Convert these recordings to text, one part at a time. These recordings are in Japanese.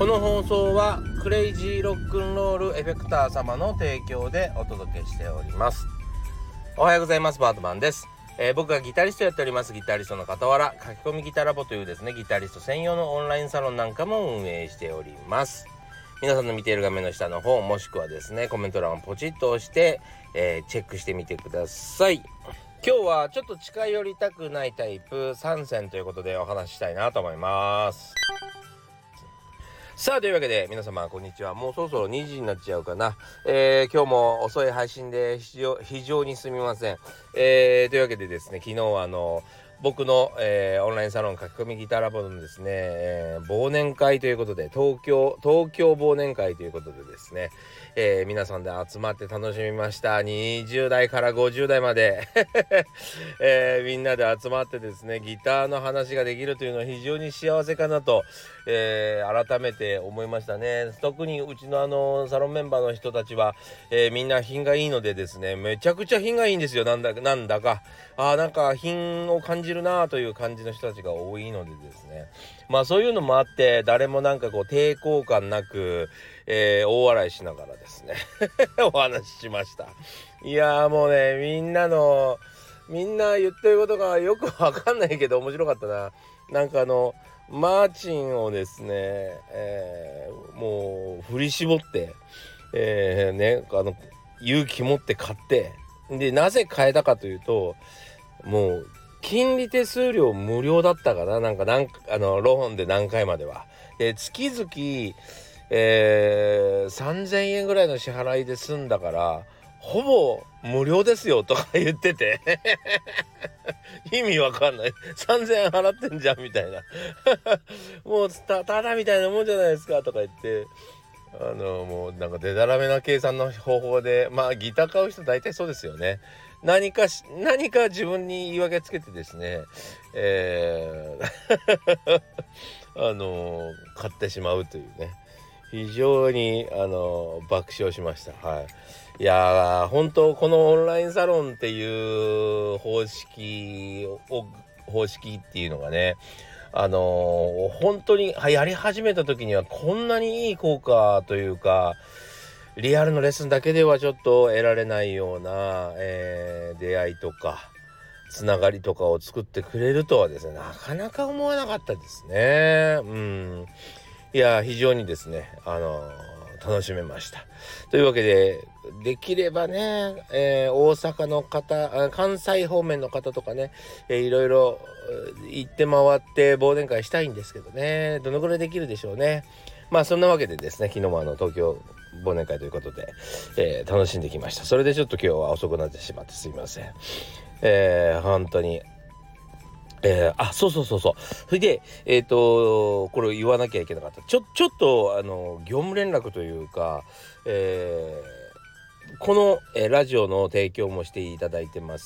この放送はクレイジーロックンロールエフェクター様の提供でお届けしております。おはようございます。バートマンです。僕がギタリストやっております。ギタリストの傍ら書き込みギタラボというですね、ギタリスト専用のオンラインサロンなんかも運営しております。皆さんの見ている画面の下の方、もしくはですねコメント欄をポチッと押して、チェックしてみてください。今日はちょっと近寄りたくないタイプ3選ということでお話ししたいなと思います。さあ、というわけで皆様こんにちは。もうそろそろ2時になっちゃうかな。今日も遅い配信で非常にすみません。というわけでですね、昨日は僕の、オンラインサロン書き込みギターラボのですね、忘年会ということで東京忘年会ということでですね、皆さんで集まって楽しみました。20代から50代まで、みんなで集まってですねギターの話ができるというのは非常に幸せかなと、改めて思いましたね。特にうちのサロンメンバーの人たちは、みんな品がいいのでですね、めちゃくちゃ品がいいんですよ。なんだかなんか品を感じるなという感じの人たちが多いのでですね、そういうのもあって誰もなんかこう抵抗感なく、大笑いしながらですねお話ししました。いやもうね、みんな言ってることがよくわかんないけど面白かったな。なんかマーチンをですね、もう振り絞って、勇気持って買って、でなぜ買えたかというと、もう金利手数料無料だったかな、ローンで何回までは、月々、3000円ぐらいの支払いで済んだからほぼ無料ですよとか言ってて意味わかんない。3000円払ってんじゃんみたいなもうただみたいなもんじゃないですかとか言って、もうなんかデタラメな計算の方法で、ギター買う人大体そうですよね。何か自分に言い訳つけてですね、買ってしまうというね、非常に爆笑しました。いやー、本当このオンラインサロンっていう方式っていうのがね、本当にやり始めた時にはこんなにいい効果というか、リアルのレッスンだけではちょっと得られないような、出会いとかつながりとかを作ってくれるとはですね、なかなか思わなかったですね。いや非常にですね楽しめました。というわけで、できればね、大阪の方、関西方面の方とかね、いろいろ行って回って忘年会したいんですけどね、どのぐらいできるでしょうね。そんなわけでですね、昨日も東京忘年会ということで、楽しんできました。それでちょっと今日は遅くなってしまってすいません。本当にそうそれでこれを言わなきゃいけなかった。ちょっと業務連絡というか、この、ラジオの提供もしていただいてます、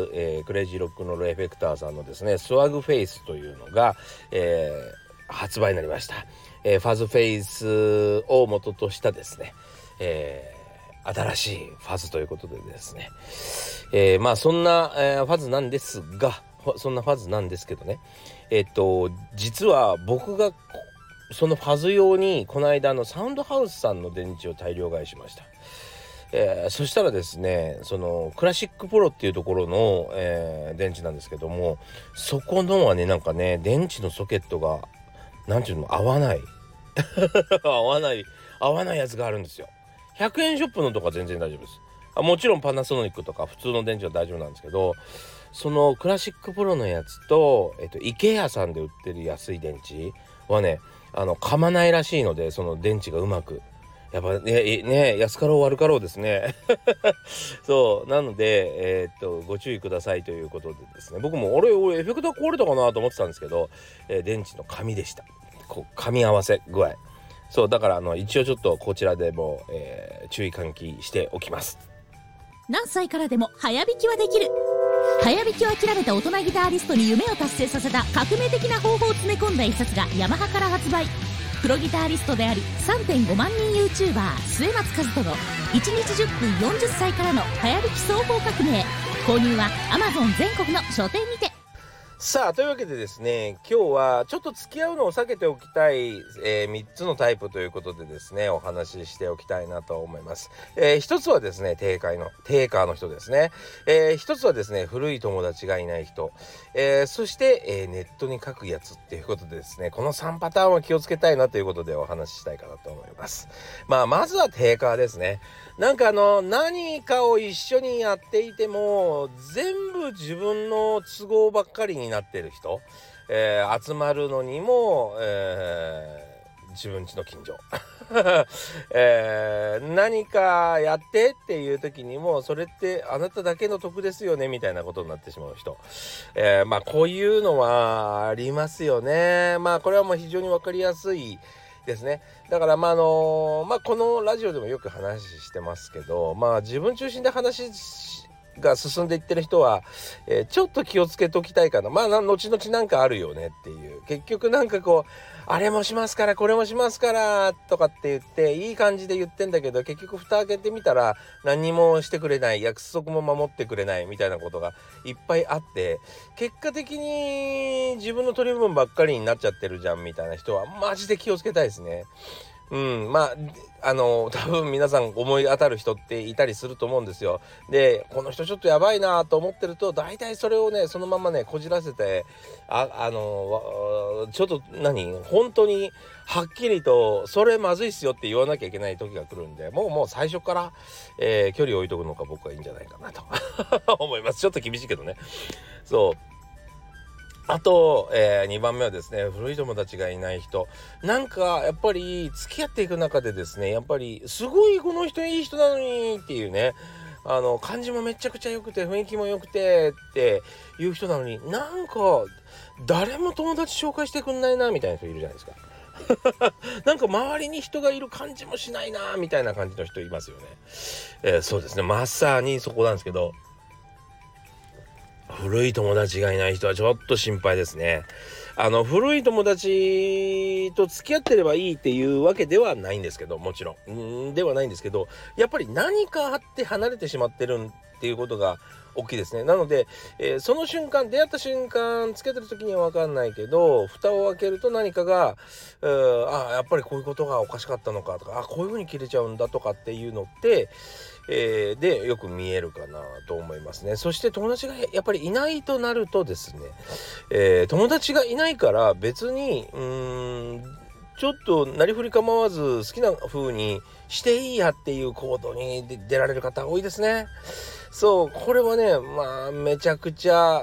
クレイジーロックンロールエフェクターさんのですねスワグフェイスというのが、発売になりました。ファズフェイスを元としたですね、新しいファズということでですね、そんな、ファズなんですけどね、実は僕がそのファズ用にこの間サウンドハウスさんの電池を大量買いしました。そしたらですね、そのクラシックプロっていうところの、電池なんですけども、そこのはね、なんかね、電池のソケットがなんていうの合わない合わないやつがあるんですよ。100円ショップのとか全然大丈夫です。もちろんパナソニックとか普通の電池は大丈夫なんですけど、そのクラシックプロのやつと、IKEA さんで売ってる安い電池はね、噛まないらしいので、その電池がうまくやっぱね安かろう悪かろうですねそうなので、ご注意くださいということでですね、僕も俺エフェクター壊れたかなと思ってたんですけど、電池の紙でした。噛み合わせ具合、そうだから一応ちょっとこちらでも、注意喚起しておきます。 何歳からでも早弾きはできる。早弾きを諦めた大人ギタリストに夢を達成させた革命的な方法を詰め込んだ一冊がヤマハから発売。プロギタリストであり 3.5 万人 YouTuber 末松和人の1日10分40歳からの早弾き総合革命。購入は Amazon 全国の書店にて。 さあというわけでですね、今日はちょっと付き合うのを避けておきたい、3つのタイプということでですね、お話ししておきたいなと思います。一つはですね、テイカーの人ですね。一つはですね、古い友達がいない人、そして、ネットに書くやつっていうことでですね、この3パターンは気をつけたいなということでお話ししたいかなと思います。まずはテイカーですね。なんか何かを一緒にやっていても全部自分の都合ばっかりになってる人、集まるのにも、自分家の近所、何かやってっていう時にもそれってあなただけの得ですよねみたいなことになってしまう人、こういうのはありますよね。これはもう非常に分かりやすいですね。だからこのラジオでもよく話してますけど、自分中心で話が進んでいってる人は、ちょっと気をつけときたいかな。後々なんかあるよねっていう、結局なんかこうあれもしますからこれもしますからとかって言っていい感じで言ってんだけど、結局蓋開けてみたら何もしてくれない、約束も守ってくれないみたいなことがいっぱいあって、結果的に自分の取り分ばっかりになっちゃってるじゃんみたいな人はマジで気をつけたいですね。多分皆さん思い当たる人っていたりすると思うんですよ。で、この人ちょっとやばいなと思ってると、大体それをねそのままねこじらせてちょっと本当にはっきりとそれまずいっすよって言わなきゃいけない時が来るんで、もう最初から、距離を置いとくのが僕はいいんじゃないかなと思います。ちょっと厳しいけどね。そうあと、2番目はですね、古い友達がいない人。なんかやっぱり付き合っていく中でですね、やっぱりすごいこの人いい人なのにっていうね、感じもめちゃくちゃ良くて雰囲気も良くてっていう人なのに、なんか誰も友達紹介してくんないなみたいな人いるじゃないですか。なんか周りに人がいる感じもしないなみたいな感じの人いますよね。そうですね、まさにそこなんですけど、古い友達がいない人はちょっと心配ですね。古い友達と付き合ってればいいっていうわけではないんですけど、もちろんではないんですけど、やっぱり何かあって離れてしまってるっていうことが大きいですね。なので、その瞬間、出会った瞬間付き合ってる時には分かんないけど、蓋を開けると何かがやっぱりこういうことがおかしかったのかとか、こういう風に切れちゃうんだとかっていうのってでよく見えるかなと思いますね。そして友達がやっぱりいないとなるとですね、友達がいないから別にちょっとなりふり構わず好きな風にしていいやっていう行動に出られる方多いですね。そうこれはねめちゃくちゃ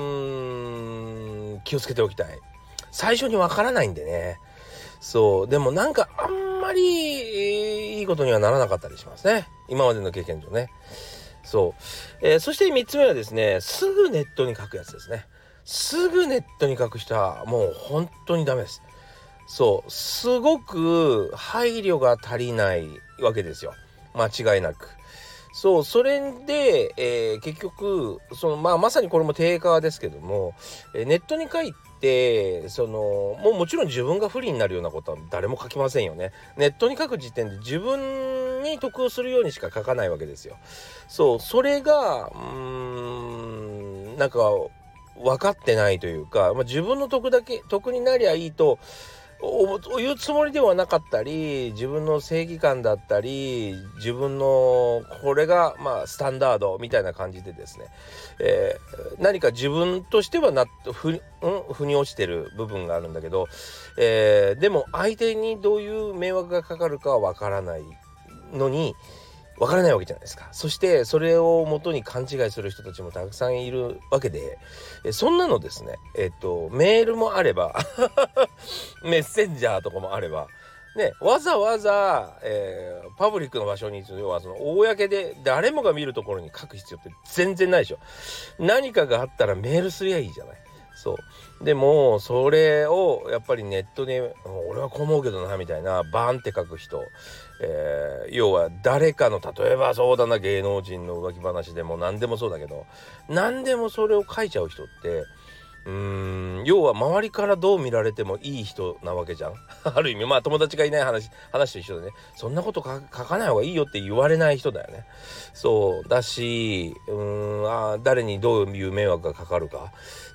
気をつけておきたい。最初にわからないんでね。そうでもなんかあんまりいいことにはならなかったりしますね、今までの経験上ね。そして3つ目はですね、すぐネットに書くやつですね。すぐネットに書く人はもう本当にダメです。すごく配慮が足りないわけですよ、間違いなく。それで、結局まさにこれも定価ですけども、ネットに書いてもちろん自分が不利になるようなことは誰も書きませんよね。ネットに書く時点で自分に得をするようにしか書かないわけですよ。それがなんか分かってないというか、自分の得になりゃいいというつもりではなかったり、自分の正義感だったり、自分のこれがスタンダードみたいな感じでですね、何か自分としては腑に落ちてる部分があるんだけど、でも相手にどういう迷惑がかかるかはわからないわけじゃないですか。そしてそれを元に勘違いする人たちもたくさんいるわけで、そんなのですね、メールもあればメッセンジャーとかもあればね、わざわざ、パブリックの場所に、要は公で誰もが見るところに書く必要って全然ないでしょ。何かがあったらメールすりゃいいじゃない。でもそれをやっぱりネットで俺はこう思うけどなみたいなバーンって書く人、要は誰かの、例えばそうだな、芸能人の浮気話でも何でもそうだけど、何でもそれを書いちゃう人って要は周りからどう見られてもいい人なわけじゃんある意味友達がいない話と一緒でね、そんなこと書かない方がいいよって言われない人だよね。だし誰にどういう迷惑がかかるかっ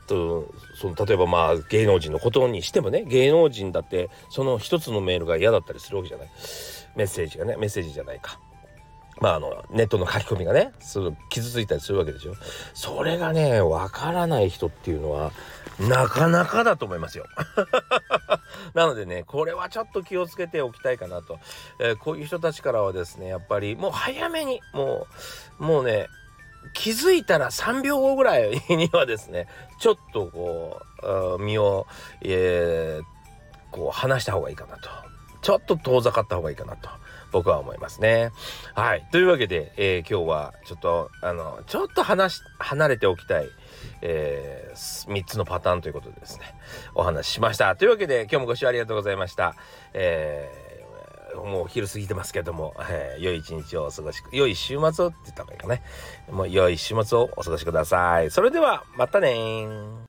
例えばまあ芸能人のことにしてもね、芸能人だってその一つのメールが嫌だったりするわけじゃない。メッセージじゃないか、ネットの書き込みがね傷ついたりするわけでしょ。それがねわからない人っていうのはなかなかだと思いますよなのでね、これはちょっと気をつけておきたいかなと、こういう人たちからはですね、やっぱりもう早めにもうね、気づいたら3秒後ぐらいにはですね、ちょっとこう身を、こう離した方がいいかなと、ちょっと遠ざかった方がいいかなと僕は思いますね。はい、というわけで、今日はちょっと離れておきたい、3つのパターンということでですねお話ししました。というわけで今日もご視聴ありがとうございました。もうお昼過ぎてますけども、良い一日をお過ごしく、良い週末をって言った方がいいかね。もう良い週末をお過ごしください。それではまたね。